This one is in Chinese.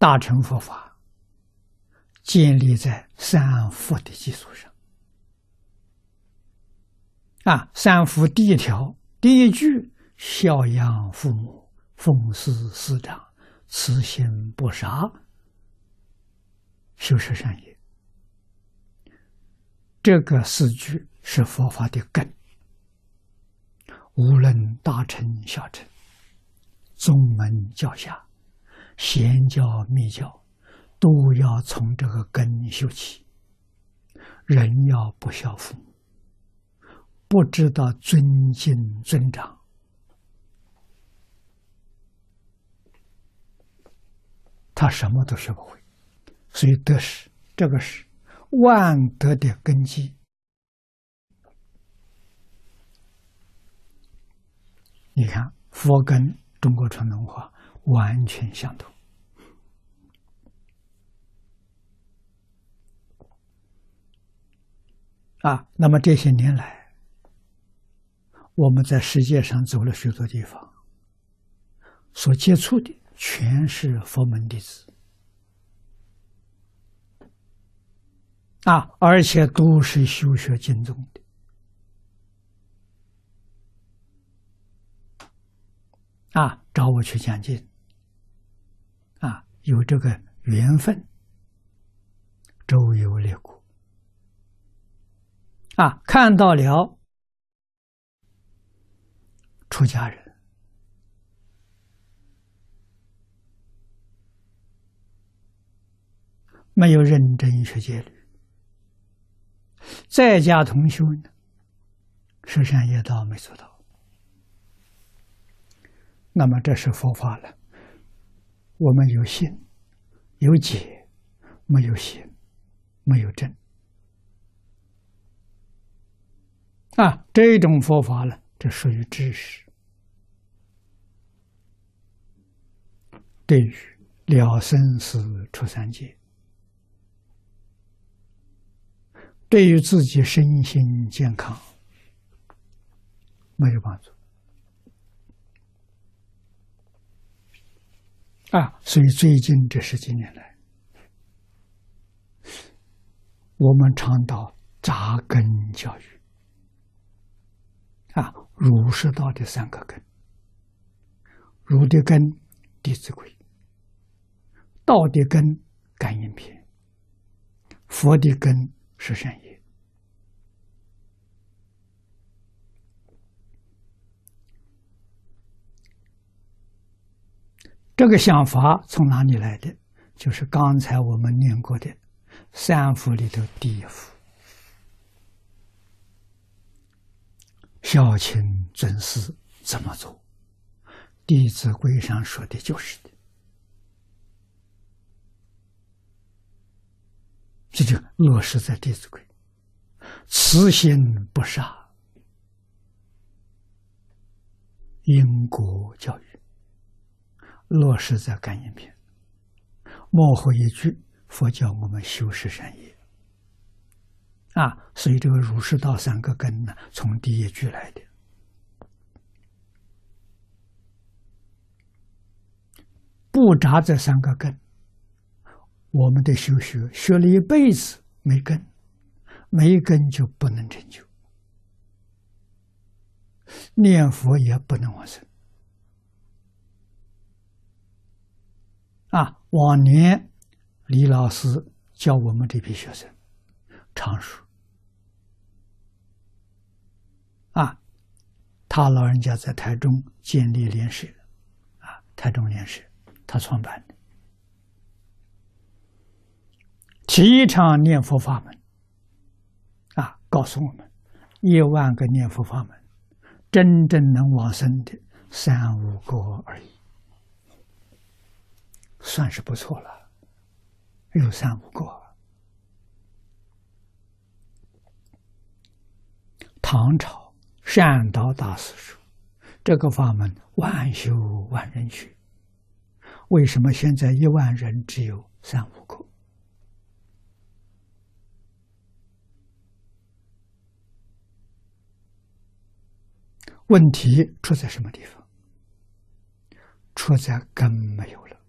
大乘佛法建立在三福的基础上。三福第一条，第一句：孝养父母，奉事师长，慈心不杀，修持善业。这个四句是佛法的根，无论大乘小乘，宗门教下，贤教密教，都要从这个根修起。人要不孝父母，不知道尊敬尊长，他什么都学不会。所以德是这个是万德的根基。你看佛跟中国传统文化完全相同。那么这些年来，我们在世界上走了许多地方，所接触的全是佛门弟子，而且都是修学经宗的。找我去讲经，有这个缘分，周游列国，看到了出家人，没有认真学戒律，在家同修呢，十善业道没做到。那么这是佛法了。我们有信有解，没有行没有证。这种佛法呢，这属于知识。对于了生死出三界，对于自己身心健康没有帮助。所以最近这10几年来，我们倡导扎根教育。儒释道的3个根，儒的根《弟子规》，道的根《感应篇》，佛的根十善业。这个想法从哪里来的？就是刚才我们念过的3福里头第1福，孝亲尊师怎么做？《弟子规》上说的就是的。这就落实在《弟子规》，慈心不杀，因果教育落实在《感应篇》。末后一句，佛教我们修持善业。所以这个儒释道3个根呢，从第1句来的。不扎这3个根，我们的修学学了一辈子没根，没根就不能成就，念佛也不能往生。往年李老师教我们这批学生常说，他老人家在台中建立莲社，台中莲社他创办的，提倡念佛法门，告诉我们1万个念佛法门，真正能往生的3、5个而已，算是不错了，有3、5个。唐朝善导大师说，这个法门万修万人学，为什么现在1万人只有3、5个？问题出在什么地方？出在根没有了。